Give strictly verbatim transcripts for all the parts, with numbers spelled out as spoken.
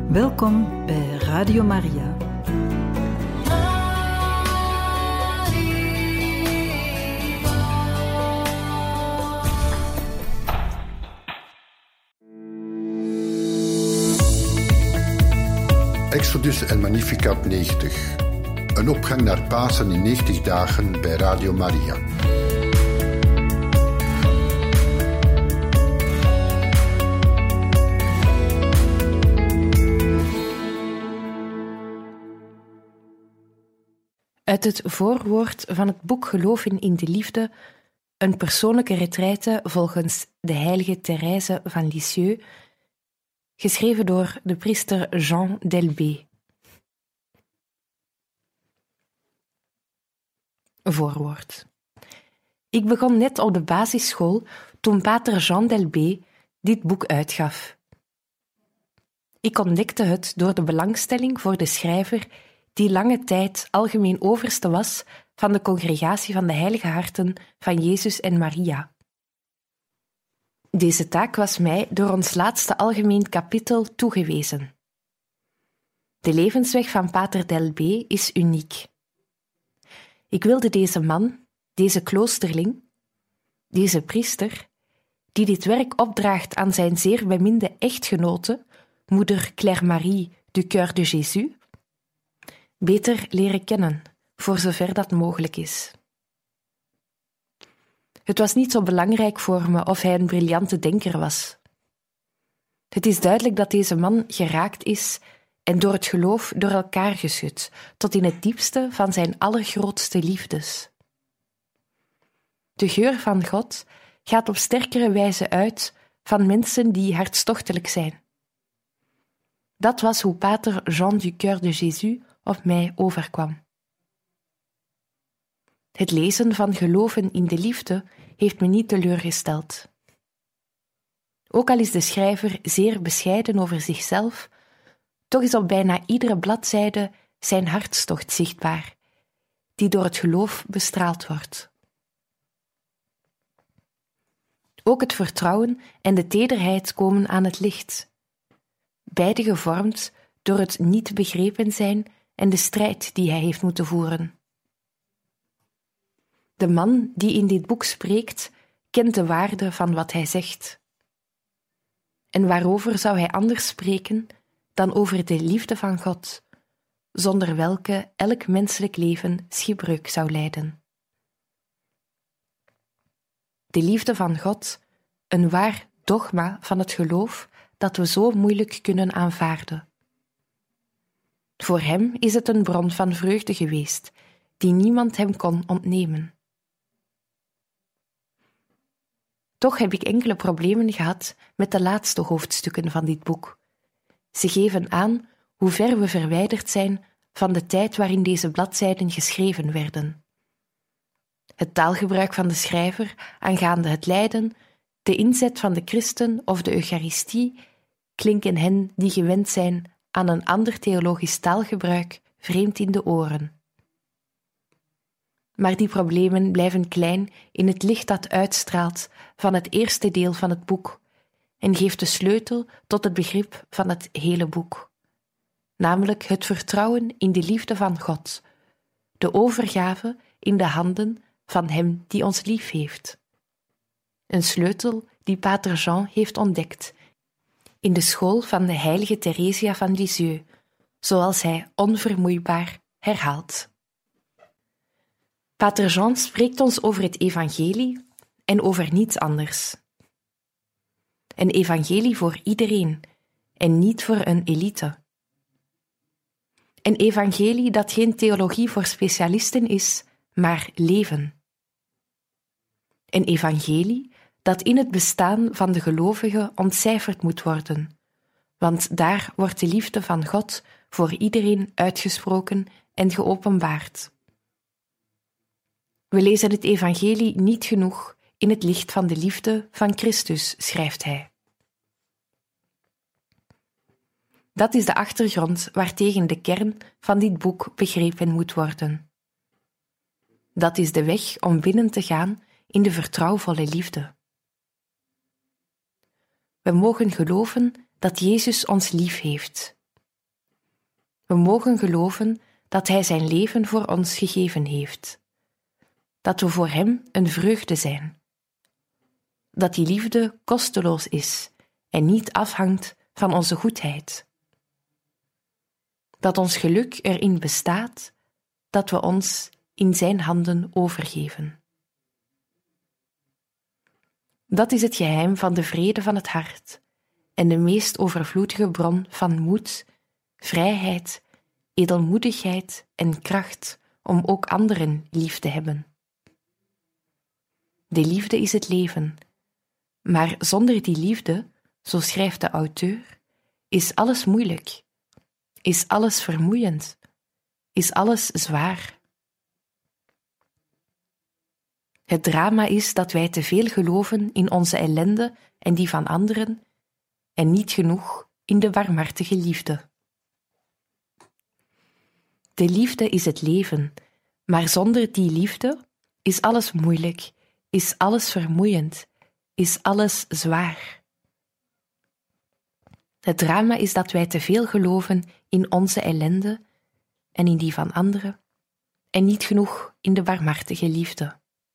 Welkom bij Radio Maria. Exodus en Magnificat negentig. Een opgang naar Pasen in negentig dagen bij Radio Maria. Uit het voorwoord van het boek Geloven in de Liefde, een persoonlijke retraite volgens de heilige Thérèse van Lisieux, geschreven door de priester Jean Delbé. Voorwoord. Ik begon net op de basisschool toen pater Jean Delbé dit boek uitgaf. Ik ontdekte het door de belangstelling voor de schrijver die lange tijd algemeen overste was van de congregatie van de Heilige Harten van Jezus en Maria. Deze taak was mij door ons laatste algemeen kapittel toegewezen. De levensweg van pater Delbé is uniek. Ik wilde deze man, deze kloosterling, deze priester, die dit werk opdraagt aan zijn zeer beminde echtgenote, moeder Claire Marie du Cœur de Jésus, beter leren kennen, voor zover dat mogelijk is. Het was niet zo belangrijk voor me of hij een briljante denker was. Het is duidelijk dat deze man geraakt is en door het geloof door elkaar geschud, tot in het diepste van zijn allergrootste liefdes. De geur van God gaat op sterkere wijze uit van mensen die hartstochtelijk zijn. Dat was hoe pater Jean du Cœur de Jésus op mij overkwam. Het lezen van Geloven in de Liefde heeft me niet teleurgesteld. Ook al is de schrijver zeer bescheiden over zichzelf, toch is op bijna iedere bladzijde zijn hartstocht zichtbaar, die door het geloof bestraald wordt. Ook het vertrouwen en de tederheid komen aan het licht, beide gevormd door het niet begrepen zijn en de strijd die hij heeft moeten voeren. De man die in dit boek spreekt, kent de waarde van wat hij zegt. En waarover zou hij anders spreken dan over de liefde van God, zonder welke elk menselijk leven schipbreuk zou lijden? De liefde van God, een waar dogma van het geloof dat we zo moeilijk kunnen aanvaarden. Voor hem is het een bron van vreugde geweest, die niemand hem kon ontnemen. Toch heb ik enkele problemen gehad met de laatste hoofdstukken van dit boek. Ze geven aan hoe ver we verwijderd zijn van de tijd waarin deze bladzijden geschreven werden. Het taalgebruik van de schrijver aangaande het lijden, de inzet van de christen of de Eucharistie klinken hen die gewend zijn aan een ander theologisch taalgebruik vreemd in de oren. Maar die problemen blijven klein in het licht dat uitstraalt van het eerste deel van het boek en geeft de sleutel tot het begrip van het hele boek, namelijk het vertrouwen in de liefde van God, de overgave in de handen van Hem die ons lief heeft. Een sleutel die pater Jean heeft ontdekt in de school van de heilige Theresia van Lisieux, zoals hij onvermoeibaar herhaalt. Pater Jean spreekt ons over het evangelie en over niets anders. Een evangelie voor iedereen en niet voor een elite. Een evangelie dat geen theologie voor specialisten is, maar leven. Een evangelie dat in het bestaan van de gelovigen ontcijferd moet worden, want daar wordt de liefde van God voor iedereen uitgesproken en geopenbaard. We lezen het evangelie niet genoeg in het licht van de liefde van Christus, schrijft hij. Dat is de achtergrond waartegen de kern van dit boek begrepen moet worden. Dat is de weg om binnen te gaan in de vertrouwvolle liefde. We mogen geloven dat Jezus ons lief heeft, We mogen geloven dat Hij zijn leven voor ons gegeven heeft. Dat we voor Hem een vreugde zijn. Dat die liefde kosteloos is en niet afhangt van onze goedheid. Dat ons geluk erin bestaat dat we ons in zijn handen overgeven. Dat is het geheim van de vrede van het hart en de meest overvloedige bron van moed, vrijheid, edelmoedigheid en kracht om ook anderen lief te hebben. De liefde is het leven, maar zonder die liefde, zo schrijft de auteur, is alles moeilijk, is alles vermoeiend, is alles zwaar. Het drama is dat wij te veel geloven in onze ellende en die van anderen en niet genoeg in de warmhartige liefde. De liefde is het leven, maar zonder die liefde is alles moeilijk, is alles vermoeiend, is alles zwaar. Het drama is dat wij te veel geloven in onze ellende en in die van anderen en niet genoeg in de barmhartige liefde.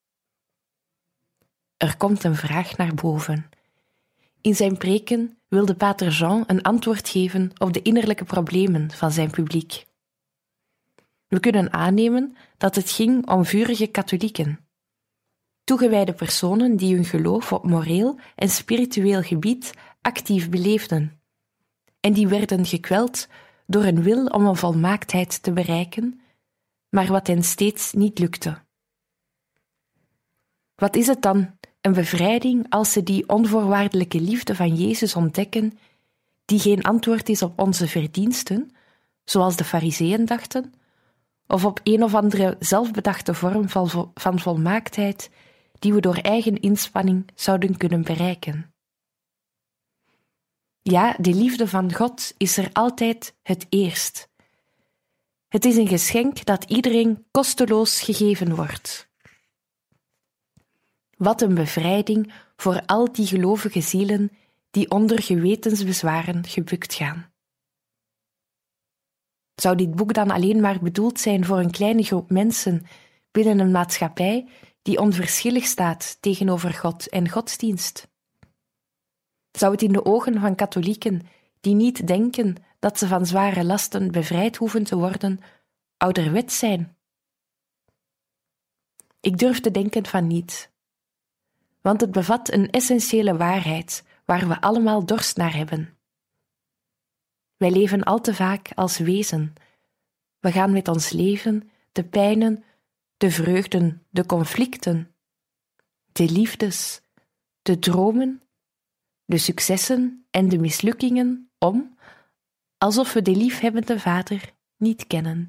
Er komt een vraag naar boven. In zijn preken wilde pater Jean een antwoord geven op de innerlijke problemen van zijn publiek. We kunnen aannemen dat het ging om vurige katholieken. Toegewijde personen die hun geloof op moreel en spiritueel gebied actief beleefden. En die werden gekweld door een wil om een volmaaktheid te bereiken, maar wat hen steeds niet lukte. Wat is het dan, een bevrijding, als ze die onvoorwaardelijke liefde van Jezus ontdekken, die geen antwoord is op onze verdiensten, zoals de Farizeeën dachten, of op een of andere zelfbedachte vorm van, vol- van volmaaktheid die we door eigen inspanning zouden kunnen bereiken. Ja, de liefde van God is er altijd het eerst. Het is een geschenk dat iedereen kosteloos gegeven wordt. Wat een bevrijding voor al die gelovige zielen die onder gewetensbezwaren gebukt gaan. Zou dit boek dan alleen maar bedoeld zijn voor een kleine groep mensen binnen een maatschappij die onverschillig staat tegenover God en godsdienst? Zou het in de ogen van katholieken die niet denken dat ze van zware lasten bevrijd hoeven te worden, ouderwets zijn? Ik durf te denken van niet. Want het bevat een essentiële waarheid waar we allemaal dorst naar hebben. Wij leven al te vaak als wezen. We gaan met ons leven de pijnen, de vreugden, de conflicten, de liefdes, de dromen, de successen en de mislukkingen om, alsof we de liefhebbende Vader niet kennen.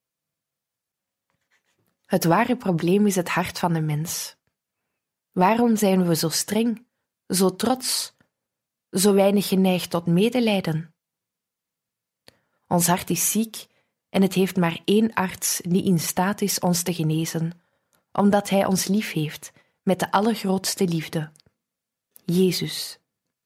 Het ware probleem is het hart van de mens. Waarom zijn we zo streng, zo trots, zo weinig geneigd tot medelijden? Ons hart is ziek en het heeft maar één arts die in staat is ons te genezen, omdat hij ons lief heeft met de allergrootste liefde, Jezus.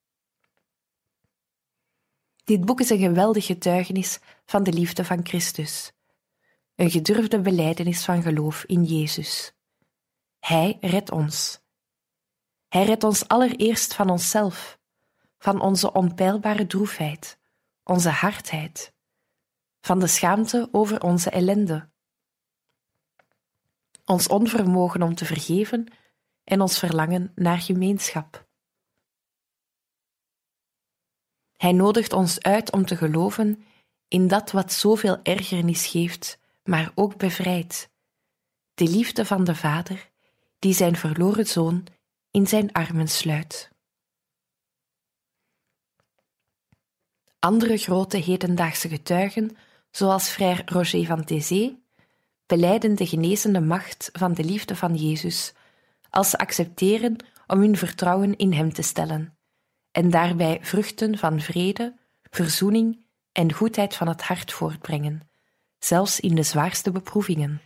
Dit boek is een geweldig getuigenis van de liefde van Christus, een gedurfde belijdenis van geloof in Jezus. Hij redt ons. Hij redt ons allereerst van onszelf, van onze onpeilbare droefheid, onze hardheid, van de schaamte over onze ellende, ons onvermogen om te vergeven en ons verlangen naar gemeenschap. Hij nodigt ons uit om te geloven in dat wat zoveel ergernis geeft, maar ook bevrijdt, de liefde van de Vader die zijn verloren Zoon in zijn armen sluit. Andere grote hedendaagse getuigen, zoals Frère Roger van Taizé, belijden de genezende macht van de liefde van Jezus, als ze accepteren om hun vertrouwen in Hem te stellen, en daarbij vruchten van vrede, verzoening en goedheid van het hart voortbrengen, zelfs in de zwaarste beproevingen.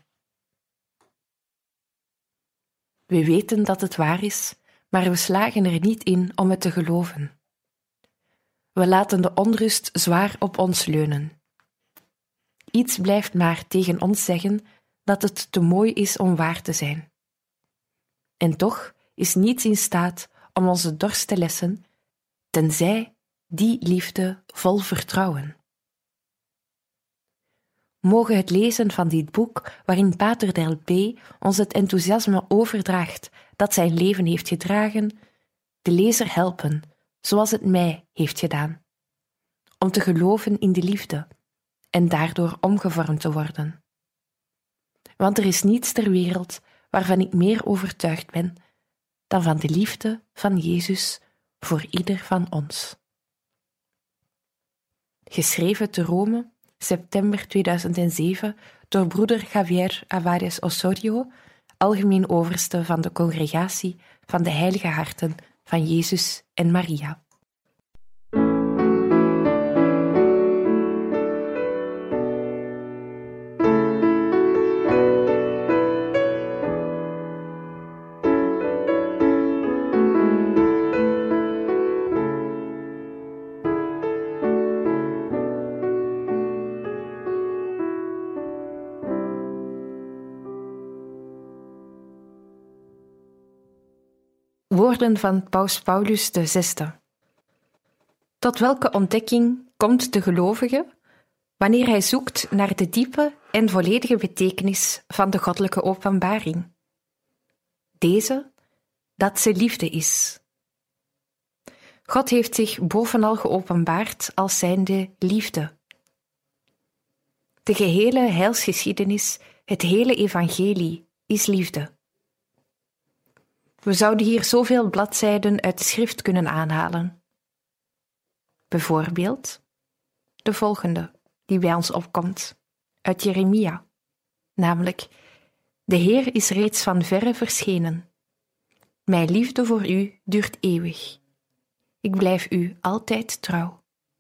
We weten dat het waar is, maar we slagen er niet in om het te geloven. We laten de onrust zwaar op ons leunen. iets blijft maar tegen ons zeggen dat het te mooi is om waar te zijn. En toch is niets in staat om onze dorst te lessen, tenzij die liefde vol vertrouwen. Mogen het lezen van dit boek, waarin Pater Del P. ons het enthousiasme overdraagt dat zijn leven heeft gedragen, de lezer helpen, zoals het mij heeft gedaan, om te geloven in de liefde en daardoor omgevormd te worden. Want er is niets ter wereld waarvan ik meer overtuigd ben dan van de liefde van Jezus voor ieder van ons. Geschreven te Rome, september tweeduizend zeven, door broeder Javier Avares Osorio, algemeen overste van de Congregatie van de Heilige Harten van Jezus en Maria. Woorden van Paus Paulus de Zesde. Tot welke ontdekking komt de gelovige wanneer hij zoekt naar de diepe en volledige betekenis van de goddelijke openbaring? Deze, dat ze liefde is. God heeft zich bovenal geopenbaard als zijnde liefde. De gehele heilsgeschiedenis, het hele evangelie, is liefde. We zouden hier zoveel bladzijden uit de schrift kunnen aanhalen. Bijvoorbeeld de volgende, die bij ons opkomt, uit Jeremia, namelijk: De Heer is reeds van verre verschenen. Mijn liefde voor u duurt eeuwig. Ik blijf u altijd trouw.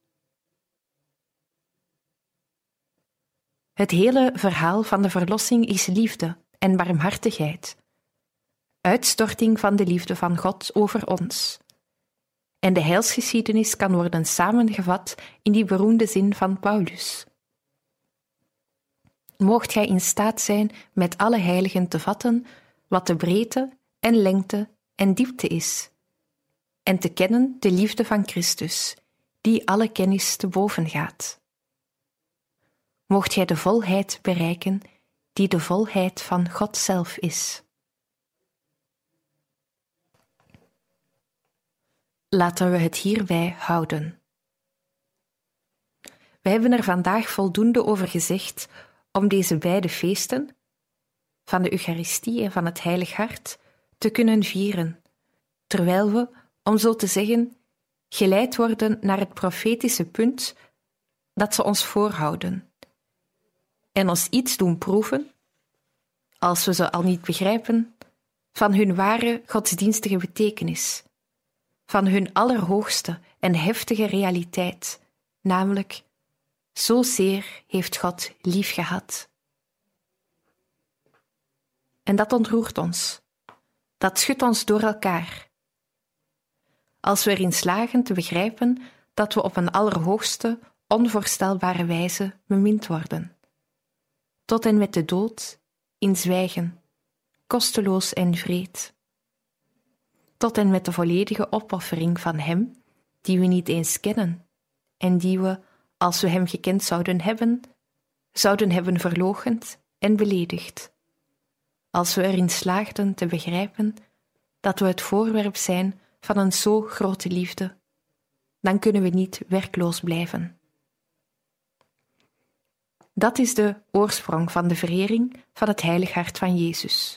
Het hele verhaal van de verlossing is liefde en barmhartigheid. Uitstorting van de liefde van God over ons. En de heilsgeschiedenis kan worden samengevat in die beroemde zin van Paulus. Moogt gij in staat zijn met alle heiligen te vatten wat de breedte en lengte en diepte is, en te kennen de liefde van Christus, die alle kennis te boven gaat. Moogt gij de volheid bereiken, die de volheid van God zelf is. Laten we het hierbij houden. We hebben er vandaag voldoende over gezegd om deze beide feesten, van de Eucharistie en van het Heilig Hart, te kunnen vieren, terwijl we, om zo te zeggen, geleid worden naar het profetische punt dat ze ons voorhouden, en ons iets doen proeven, als we ze al niet begrijpen, van hun ware godsdienstige betekenis, van hun allerhoogste en heftige realiteit, namelijk: zozeer heeft God lief gehad. En dat ontroert ons, dat schudt ons door elkaar. Als we erin slagen te begrijpen dat we op een allerhoogste, onvoorstelbare wijze bemind worden, tot en met de dood, in zwijgen, kosteloos en wreed. Tot en met de volledige opoffering van Hem, die we niet eens kennen, en die we, als we Hem gekend zouden hebben, zouden hebben verloochend en beledigd, als we erin slaagden te begrijpen dat we het voorwerp zijn van een zo grote liefde, dan kunnen we niet werkloos blijven. Dat is de oorsprong van de verering van het Heilig Hart van Jezus.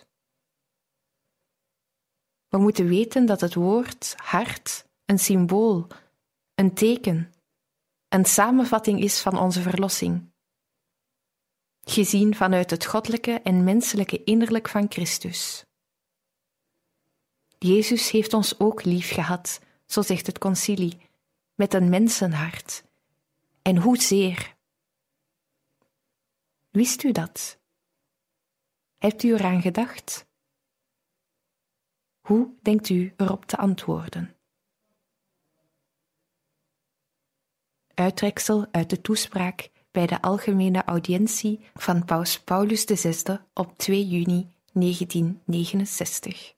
We moeten weten dat het woord hart een symbool, een teken, een samenvatting is van onze verlossing, gezien vanuit het goddelijke en menselijke innerlijk van Christus. Jezus heeft ons ook lief gehad, zo zegt het concilie, met een mensenhart. En hoezeer? Wist u dat? Hebt u eraan gedacht? Hoe denkt u erop te antwoorden? Uittreksel uit de toespraak bij de algemene audiëntie van paus Paulus de zesde op twee juni negentiennegenenzestig.